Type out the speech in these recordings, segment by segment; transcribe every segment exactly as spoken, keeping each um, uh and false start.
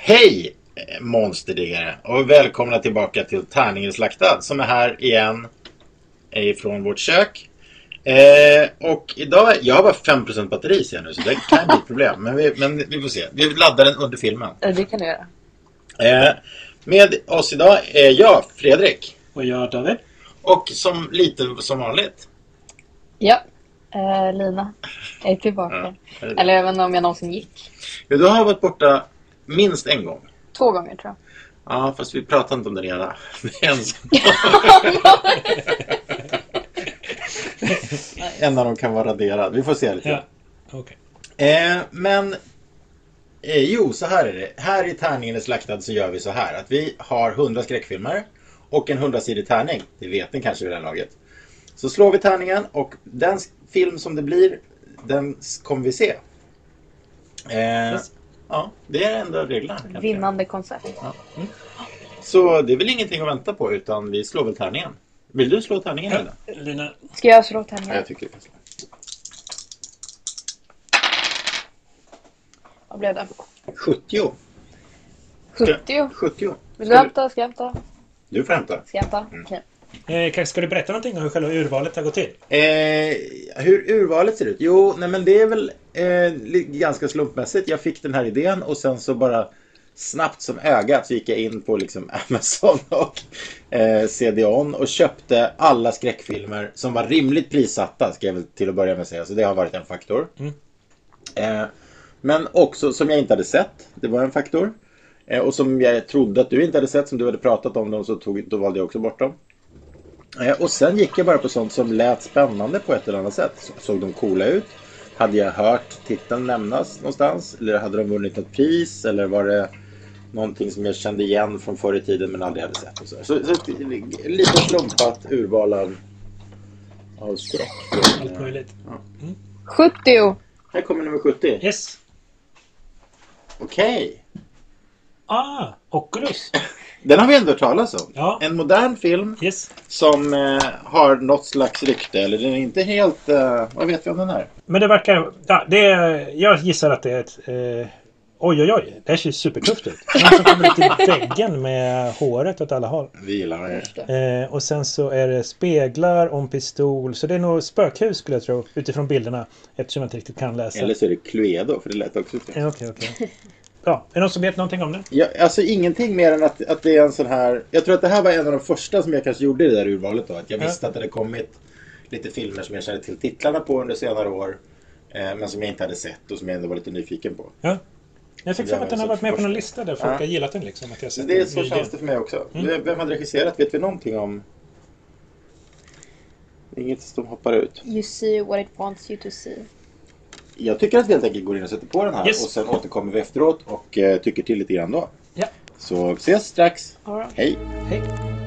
Hej monsterdiggare och välkomna tillbaka till Tärningen slaktad som är här igen ifrån vårt kök. Eh, och idag, jag har bara fem procent batteri ser jag nu så det kan bli ett problem. Men vi, men vi får se, vi laddar den under filmen. Ja, det kan du göra. Eh, med oss idag är jag, Fredrik. Och jag, David. Och som lite som vanligt. Ja, eh, Lina är tillbaka. Ja, är Eller jag vet inte om jag någonsin gick. Ja, du har varit borta minst en gång. Två gånger tror jag. Ja, fast vi pratar inte om det redan. Det är en sån. En av dem kan vara raderad. Vi får se lite. Ja, okej. Eh, men eh, jo, så här är det. Här i Tärningen är slaktad så gör vi så här. Att vi har hundra skräckfilmer och en hundrasidig tärning. Det vet ni kanske vid det här laget. Så slår vi tärningen och den film som det blir, den kommer vi se. Eh, Yes. Ja, det är ändå reglerna. kanske. Vinnande koncept. Ja. Mm. Så det är väl ingenting att vänta på utan vi slår väl tärningen. Vill du slå tärningen eller? Ja, Lina. Ska jag slå Ja, henne? jag tycker det kan slå. Vad blev det? sjuttio. sjuttio. sjuttio. Vill du hämta? Ska jag hämta? Du får hämta. Ska jag hämta? Mm. Okej. Eh, kanske ska du berätta någonting om hur själva urvalet har gått till? Eh, hur urvalet ser ut? Jo, nej men det är väl eh, li- ganska slumpmässigt. Jag fick den här idén och sen så bara snabbt som ögat så gick jag in på liksom Amazon och eh, C D O N och köpte alla skräckfilmer som var rimligt prissatta, ska jag väl till att börja med säga. Så det har varit en faktor. Mm. Eh, men också som jag inte hade sett, det var en faktor. Eh, och som jag trodde att du inte hade sett, som du hade pratat om dem, så tog, då valde jag också bort dem. Eh, och sen gick jag bara på sånt som lät spännande på ett eller annat sätt. Så, såg de coola ut? Hade jag hört titeln nämnas någonstans? Eller hade de vunnit ett pris? Eller var det någonting som jag kände igen från förr i tiden men aldrig hade sett? Och så så, så ett lite slumpat urval av, av skräck. Allt möjligt. sjuttio. Här kommer nummer sjuttio. Yes. Okej. Ah, Oculus. Den har vi ändå hört talas om. Ja. En modern film Yes. som eh, har något slags rykte. Eller den är inte helt... Eh, vad vet vi om den här? Men det verkar... Ja, det är, jag gissar att det är ett... Eh, oj, oj, oj. Det här ser supertufft ut. Någon som kommer till väggen med håret åt alla håll. Vi gillar det. Eh, och sen så är det speglar och en pistol. Så det är nog spökhus skulle jag tro. Utifrån bilderna. Eftersom jag inte riktigt kan läsa. Eller så är det Cluedo, för det lät också ut. Eh, Okej, okej. Ja, är det någon som vet någonting om det? Ja, alltså ingenting mer än att, att det är en sån här... Jag tror att det här var en av de första som jag kanske gjorde i det där urvalet då. Att jag Ja. visste att det hade kommit lite filmer som jag kände till titlarna på under senare år. Eh, men som jag inte hade sett och som jag ändå var lite nyfiken på. Ja. Jag fick Det för var att den har så varit med på först. någon lista där folk Ja. har gillat den liksom. Att jag har sett Det är den så nyligen. känns det för mig också. Mm. Vem hade regisserat? Vet vi någonting om... Inget som hoppar ut. You see what it wants you to see. Jag tycker att vi helt enkelt går in och sätter på den här. Yes. Och sen återkommer vi efteråt och eh, tycker till lite grann då. Ja. Så ses strax. All right. Hej! Hej.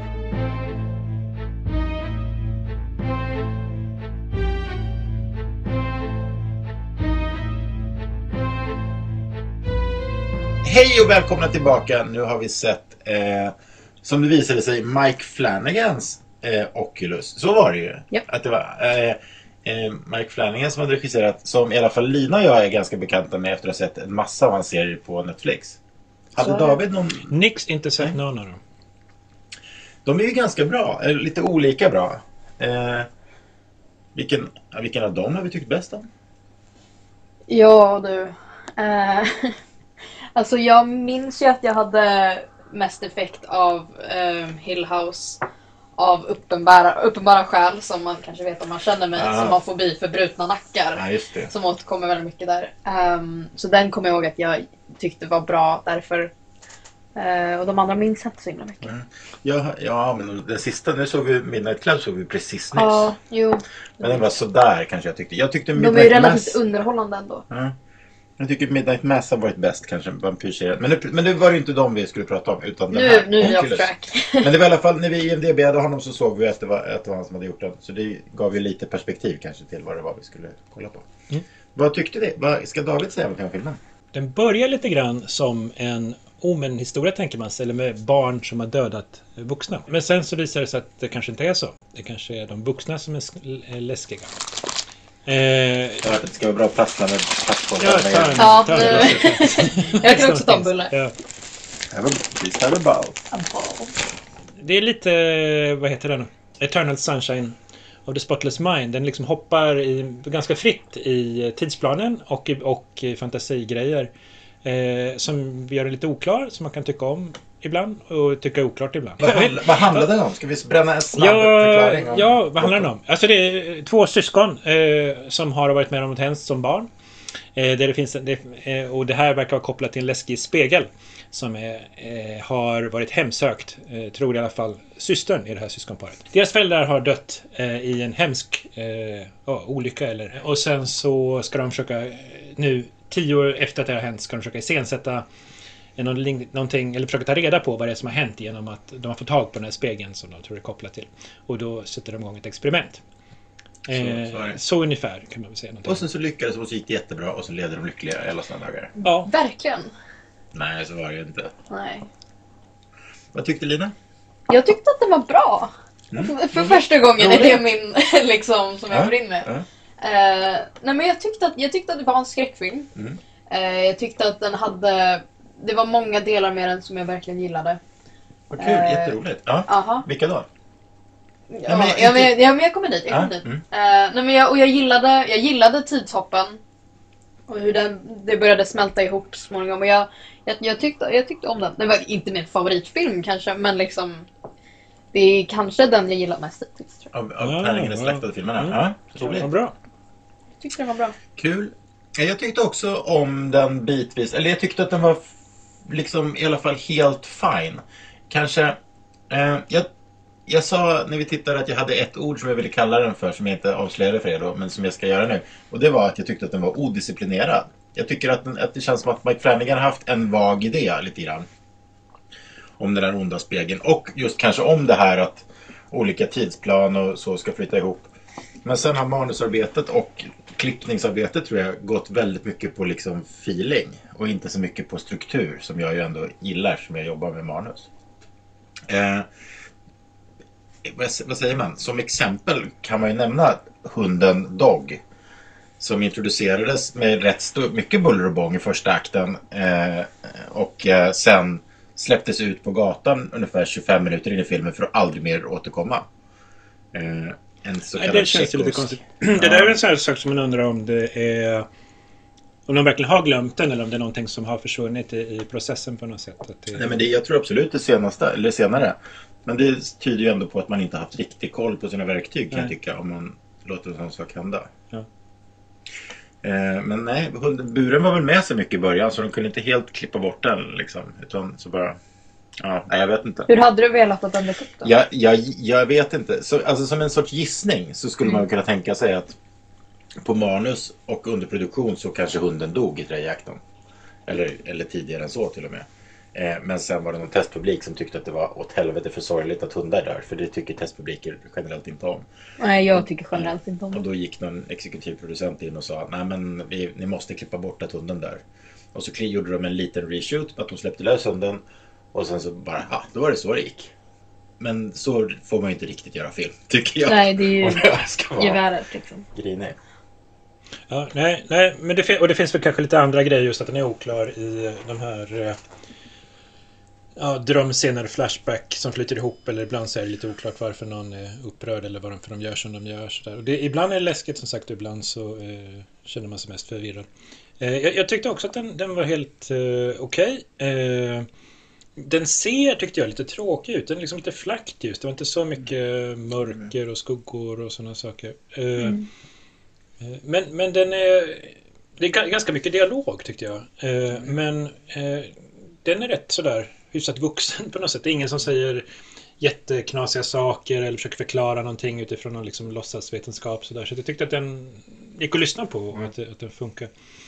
Hej och välkomna tillbaka. Nu har vi sett, eh, som det visade sig, Mike Flanagans eh, Oculus. Så var det ju. Japp. Att det var eh, eh, Mike Flanagan som hade regisserat, som i alla fall Lina och jag är ganska bekanta med efter att ha sett en massa av hans serier på Netflix. Hade Så är det. David någon... Nix inte sett någon av dem. De är ju ganska bra, eller lite olika bra. Eh, vilken, ja, vilken av dem har vi tyckt bäst om? Ja du. Eh, alltså jag minns ju att jag hade mest effekt av eh, Hill House. Av uppenbara, uppenbara skäl som man kanske vet om man känner mig. Ah. Som har fobi för brutna nackar. Ja, just det. Som återkommer väldigt mycket där. Ehm, så den kommer jag ihåg att jag tyckte var bra därför. Eh, och de andra minns inte så himla mycket. Mm. Ja, ja, men den sista, nu såg vi Midnight Club såg vi precis nyss. Ja, jo. Men den var sådär kanske jag tyckte. Jag tyckte De är ju Midnight relativt Mass... underhållande ändå. Ja. Jag tycker Midnight Mass har varit bäst kanske, vampyrserien. Men, nu- men det var ju inte de vi skulle prata om, utan den Nu, här. nu är jag off Oculus. track. Men det var i alla fall, när vi I M D B:ade honom så såg vi att det, var, att det var han som hade gjort den. Så det gav ju lite perspektiv kanske till vad det var vi skulle kolla på. Mm. Vad tyckte vi? Vad ska David säga om den här filmen? Den börjar lite grann som en Omen-historia tänker man sig, eller med barn som har dödat vuxna. Men sen så visar det sig att det kanske inte är så. Det kanske är de vuxna som är sk- är läskiga. Eh, Jag vet att det ska vara bra att prassla med plastpåsar. Ja, ta en, Ja, ta en nu- bulle. Jag kan också ta en bulle. Ja. Visst är det ball. Det är lite, vad heter den? Eternal Sunshine of the Spotless Mind. Den liksom hoppar i, ganska fritt i tidsplanen och i, och i fantasigrejer. Eh, som gör det lite oklar, som man kan tycka om ibland och tycka oklart ibland. Vad, handl vad handlar det om? Ska vi bränna en snabb ja, förklaring? Om ja, vad handlar det om? Alltså det är två syskon eh, som har varit med om något hemskt som barn. Eh, där det finns, det, eh, och det här verkar vara kopplat till en läskig spegel som är, eh, har varit hemsökt, eh, tror i alla fall systern i det här syskonparet. Deras föräldrar har dött eh, i en hemsk eh, oh, olycka. Eller, och sen så ska de försöka, nu tio år efter att det har hänt, ska de försöka iscensätta någonting, eller försöka ta reda på vad det är som har hänt genom att de har fått tag på den här spegeln som de tror är kopplat till. Och då sätter de igång ett experiment. Så, eh, så ungefär kan man väl säga. Någonting. Och sen så lyckades och så gick det jättebra och så leder de lyckliga i alla sådana dagar. Ja. Verkligen. Nej, så var det inte. Nej. Vad tyckte Lina? Jag tyckte att den var bra. Mm. För, för första gången är det min, liksom, som jag ja. får in med. Ja. Uh, nej men jag tyckte, att, jag tyckte att det var en skräckfilm. Mm. Uh, jag tyckte att den hade, det var många delar med den som jag verkligen gillade. Vad kul, uh, jätteroligt. Ja. Aha. Vilka då? Ja, ja, men, ja, men, ja, men jag kommer dit. Jag kommer ja. dit. Mm. Uh, nej, men jag, och jag gillade, jag gillade tidshoppen. Och hur den, det började smälta ihop småningom. Och jag, jag, jag, tyckte, jag tyckte om den. Det var inte min favoritfilm kanske, men liksom... Det är kanske den jag gillar mest hittills, tror jag. Av, av Pärlingens släktade filmerna? Mm. Ja, så ja, bra. Jag tyckte den var bra. Kul. Jag tyckte också om den bitvis. Eller jag tyckte att den var liksom i alla fall helt fine. Kanske... Eh, jag, jag sa när vi tittade att jag hade ett ord som jag ville kalla den för, som jag inte avslöjade för er då, men som jag ska göra nu. Och det var att jag tyckte att den var odisciplinerad. Jag tycker att, den, att det känns som att Mike Flanagan har haft en vag idé lite grann. Om den där onda spegeln. Och just kanske om det här att olika tidsplan och så ska flytta ihop. Men sen har manusarbetet och klippningsarbetet tror jag gått väldigt mycket på liksom feeling. Och inte så mycket på struktur som jag ju ändå gillar som jag jobbar med manus. Eh, vad säger man? Som exempel kan man ju nämna hunden Dog. Som introducerades med rätt stor, mycket buller och bång i första akten. Eh, och eh, sen släpptes ut på gatan ungefär tjugofem minuter in i filmen för att aldrig mer återkomma. Eh, en så Nej, det känns lite konstigt. Det där är en sån här sak som man undrar om det är... Om de verkligen har glömt den eller om det är någonting som har försvunnit i, i processen på något sätt. Att det... Nej, men det, jag tror absolut det senaste, eller senare. Men det tyder ju ändå på att man inte haft riktig koll på sina verktyg kan nej. jag tycka. Om man låter en sån sak hända. Ja. Eh, men nej, buren var väl med sig mycket i början så de kunde inte helt klippa bort den liksom. Utan så bara... Ja, nej, jag vet inte. Hur hade du velat att den dök upp då? Jag, jag, jag vet inte. Så, alltså som en sorts gissning så skulle mm. man kunna tänka sig att på manus och under produktion så kanske hunden dog i träjakten. Eller, eller tidigare än så till och med. Eh, men sen var det någon testpublik som tyckte att det var åt helvete för sorgligt att hundar dör. För det tycker testpubliker generellt inte om. Nej, jag tycker generellt inte om. Och då gick någon exekutiv producent in och sa nej men vi, ni måste klippa bort att hunden dör. Och så gjorde de en liten reshoot på att de släppte lös hunden. Och sen så bara, ja, då var det så det gick. Men så får man ju inte riktigt göra film, tycker jag. Nej, det är ju geväret liksom. Grinig. Ja, nej, nej, men det, och det finns väl kanske lite andra grejer just att den är oklar i de här ja, drömscener, flashback som flyter ihop eller ibland så är det lite oklart varför någon är upprörd eller varför de gör som de gör. Så där. Och det, ibland är det läskigt som sagt och ibland så eh, känner man sig mest förvirrad. Eh, jag, jag tyckte också att den, den var helt eh, okej. Okay. Eh, Den ser tyckte jag lite tråkig ut. Den är liksom lite flackt just. Det var inte så mycket mörker och skuggor och sådana saker. Mm. Men, men den är... Det är ganska mycket dialog tyckte jag. Men den är rätt sådär hyfsat vuxen på något sätt. Det är ingen som säger jätteknasiga saker eller försöker förklara någonting utifrån någon liksom låtsasvetenskap. Så, där. Så jag tyckte att den gick att lyssna på och att, att den funkar.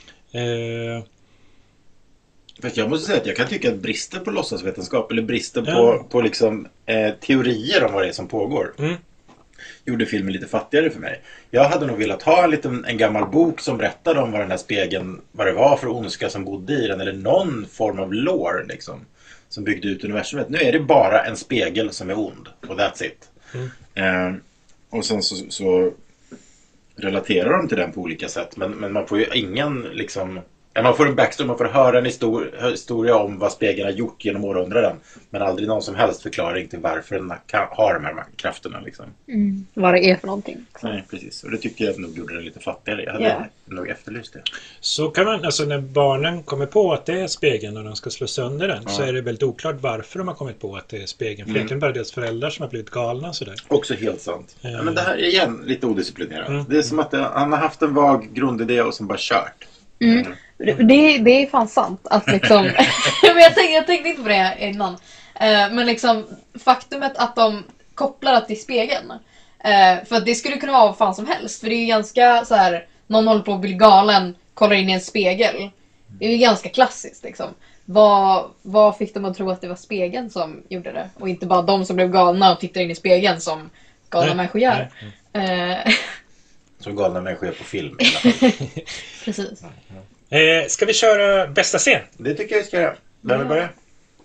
Fast jag måste säga att jag kan tycka att brister på låtsasvetenskap eller brister ja. på, på liksom, eh, teorier om vad det är som pågår mm. gjorde filmen lite fattigare för mig. Jag hade nog velat ha en, liten, en gammal bok som berättade om vad den här spegeln, vad det var för ondska som bodde i den eller någon form av lore liksom, som byggde ut universumet. Nu är det bara en spegel som är ond och that's it. Mm. Eh, och sen så, så relaterar de till den på olika sätt men, men man får ju ingen liksom Man får en backstory, man får höra en histor- historia om vad spegeln har gjort genom århundraden. Men aldrig någon som helst förklaring till varför den har de här krafterna. Liksom. Mm. Vad det är för någonting. Nej, precis. Och det tycker jag nog gjorde det lite fattigare. Jag hade Ja. nog efterlyst det. Så kan man, alltså när barnen kommer på att det är spegeln och de ska slå sönder den, Ja. så är det väldigt oklart varför de har kommit på att det är spegeln. För Mm. egentligen bara deras föräldrar som har blivit galna sådär. Också helt sant. Ja. Ja, men det här är igen lite odisciplinerat. Mm. Det är som att det, han har haft en vag grundidé och som bara kört. Mm. Det, det är fan sant att liksom men jag, tänkte, jag tänkte inte på det innan. Eh, men liksom faktumet att de kopplar det till spegeln. Eh, för att det skulle kunna vara vad fan som helst. För det är ju ganska så här, någon håller på att bli galen, kollar in i en spegel. Det är ju ganska klassiskt liksom. Vad, vad fick de att tro att det var spegeln som gjorde det? Och inte bara de som blev galna och tittade in i spegeln som galna Nej, människor gör. nej, Eh, Som galna människor gör på film. I alla fall. precis. Eh, ska vi köra bästa scen? Det tycker jag vi ska göra. Vem vill börja?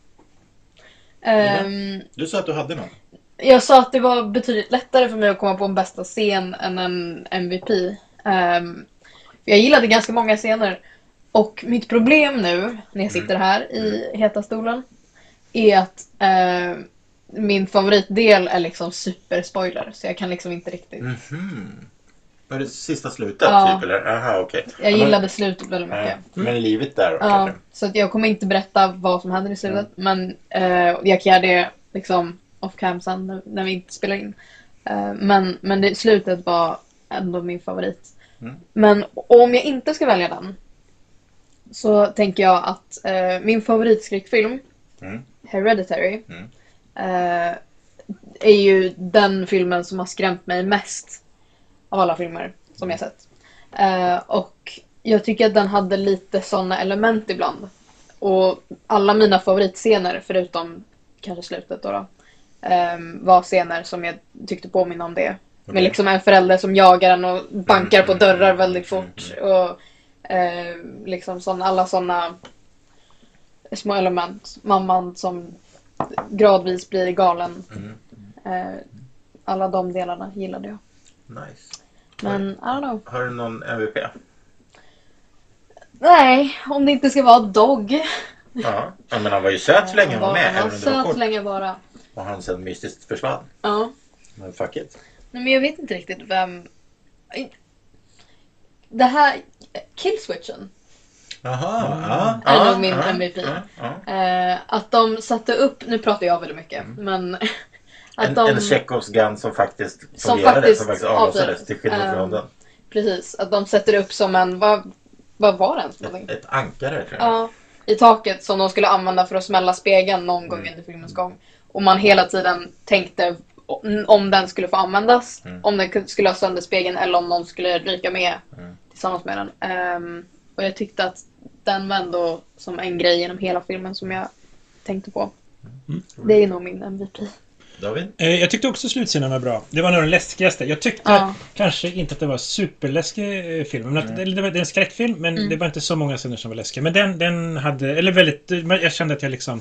Ehm, Du sa att du hade någon. Jag sa att det var betydligt lättare för mig att komma på en bästa scen än en M V P. Um, jag gillade ganska många scener. Och mitt problem nu, när jag sitter här i heta stolen, är att uh, min favoritdel är liksom superspoiler. Så jag kan liksom inte riktigt... Mhm. Var det sista slutet Ja. typ eller? Aha, okej. Jag Ja, gillade slutet väldigt men, mycket. ja, men livet där då, Ja, kanske? så att jag kommer inte berätta vad som händer i slutet. Men uh, jag kan göra det liksom off cam sen när, när vi inte spelar in. Uh, men men det, slutet var ändå min favorit. Mm. Men om jag inte ska välja den, så tänker jag att uh, min favoritskräckfilm, Mm. Hereditary, Mm. uh, är ju den filmen som har skrämt mig mest av alla filmer som jag sett. Uh, och jag tycker att den hade lite sådana element ibland. Och alla mina favoritscener, förutom kanske slutet då, då um, var scener som jag tyckte påminna om det. Okej. Med liksom en förälder som jagar en och bankar på Mm, dörrar mm, väldigt mm, fort. Och eh, liksom sån, alla sådana små element. Mamman som gradvis blir galen. Mm. Eh, alla de delarna gillade jag. Nice. Men I don't know. Har du någon M V P? Nej, om det inte ska vara Dog. Ja. Ja, men han var ju söt så länge han var med. Han var Även om det var söt kort. länge bara. Och han sen mystiskt försvann. Ja. Men fuck it. Nej, men jag vet inte riktigt vem... Det här... Killswitchen. Jaha. Ja. Är ja, nog min ja, M V P. ja, ja. Eh, att de satte upp... Nu pratar jag väldigt mycket. Men... Att En, de, en Chekhovs gun som faktiskt Som fungerade. faktiskt som faktiskt avlossades avfyrades. till skillnad från Um, den. Precis. Att de sätter upp som en... Vad, vad var det ens för Ett, någonting? ett ankare tror jag. Ja. I taket som de skulle använda för att smälla spegeln någon gång Mm. under filmens gång. Och man hela tiden tänkte om den skulle få användas. Mm. Om den kunde- skulle ha sönder spegeln eller om någon skulle ryka med Mm. tillsammans med den. Ehm, och jag tyckte att den var ändå som en grej genom hela filmen som jag tänkte på. Mm. Det är nog min M V P. David? Eh, jag tyckte också slutscenen var bra. Det var nog den läskigaste. Jag tyckte Ja. kanske inte att det var superläskig eh, film. Men att, Mm. eller det, var, det är en skräckfilm, men Mm. det var inte så många scener som var läskiga. Men den, den hade, eller väldigt, jag kände att jag liksom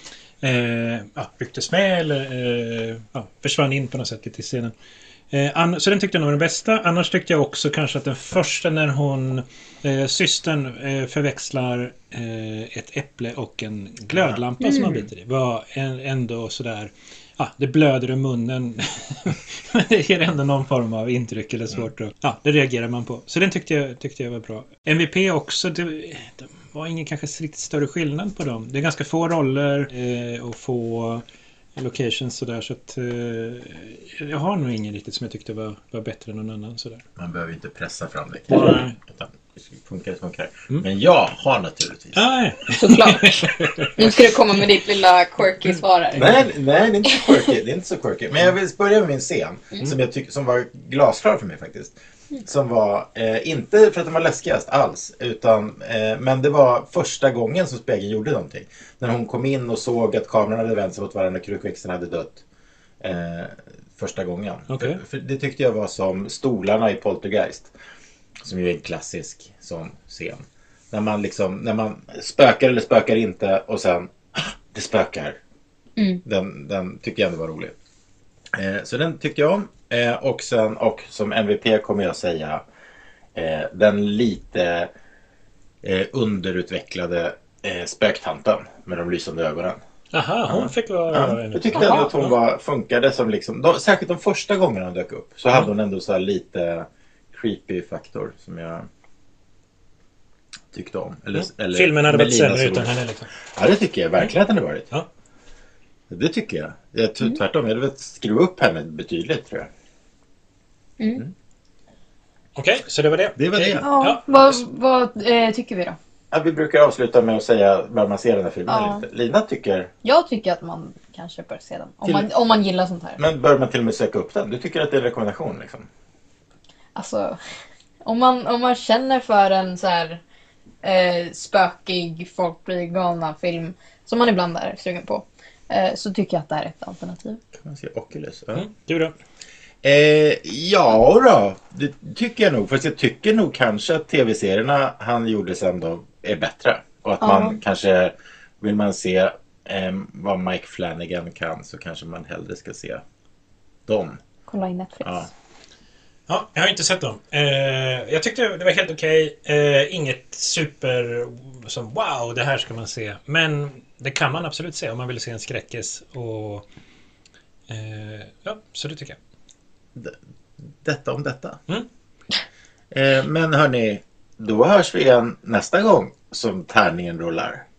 eh, ja, rycktes med eller eh, ja, försvann in på något sätt lite i scenen. Eh, an, så den tyckte jag nog var den bästa. Annars tyckte jag också kanske att den första när hon, eh, systern eh, förväxlar eh, ett äpple och en glödlampa som man biter i, var en, ändå sådär. Ja, det blöder i munnen. Men det ger ändå någon form av intryck eller svårt att... Ja, det reagerar man på. Så den tyckte jag, tyckte jag var bra. M V P också, det, det var ingen kanske riktigt större skillnad på dem. Det är ganska få roller eh, och få locations sådär. Så att eh, jag har nog ingen riktigt som jag tyckte var, var bättre än någon annan sådär. Man behöver ju inte pressa fram det. Nej. Utan det funkar, det funkar. Mm. Men jag har naturligtvis. Ah, Såklart. Nu ska du komma med ditt lilla quirky svar här. Nej, nej, det är inte så quirky. Det är inte så quirky. Men jag vill börja med min scen. Som jag tycker som var glasklar för mig faktiskt. Som var, eh, inte för att den var läskigast alls. Utan, eh, men det var första gången som spegeln gjorde någonting. När hon kom in och såg att kameran hade vänt sig mot varandra och krukväxten hade dött. Eh, första gången. Okej. För, för det tyckte jag var som stolarna i Poltergeist. Som ju är en klassisk sån scen. När man liksom, när man spökar eller spökar inte och sen, ah, det spökar. Mm. Den, den tycker jag ändå var rolig. Eh, så den tyckte jag om. Eh, och sen, och som M V P kommer jag säga, eh, den lite eh, underutvecklade eh, spöktanten med de lysande ögonen. Aha, hon fick vara... Ja, jag tyckte ändå att hon var, funkade som liksom, de, särskilt de första gångerna hon dök upp så hade hon ändå så här lite creepy faktor som jag tyckte om. Eller, Mm. eller Filmen hade varit Melina sämre som- utan henne liksom. Ja, det tycker jag verkligen att den har varit. Ja. Det tycker jag. jag t- tvärtom, jag hade velat skruva upp henne betydligt tror jag. Okej, så det var det. Det var det. Ja, Ja. vad, vad eh, tycker vi då? Ja, vi brukar avsluta med att säga var man ser den här filmen Ja. eller inte. Lina tycker, Jag tycker att man kanske bör se den. Om, Till- man, om man gillar sånt här. men bör man till och med söka upp den? Du tycker att det är en rekommendation liksom? Alltså, om man, om man känner för en så här eh, spökig, folk blir galna film som man ibland är sugen på, eh, så tycker jag att det här är ett alternativ. Kan man se Oculus? Ja. Mm. Du då? Eh, ja då, det tycker jag nog. Fast jag tycker nog kanske att tv-serierna han gjorde sen då är bättre. Och att Ja. man kanske, vill man se eh, vad Mike Flanagan kan så kanske man hellre ska se dem. Kolla in Netflix. Ja. Ja, jag har inte sett dem. Eh, jag tyckte det var helt okej. Eh, inget super som wow, det här ska man se. Men det kan man absolut se om man vill se en skräckis. Och, eh, ja, så det tycker jag. D- detta om detta. Mm. Eh, men hörni, då hörs vi igen nästa gång som tärningen rullar.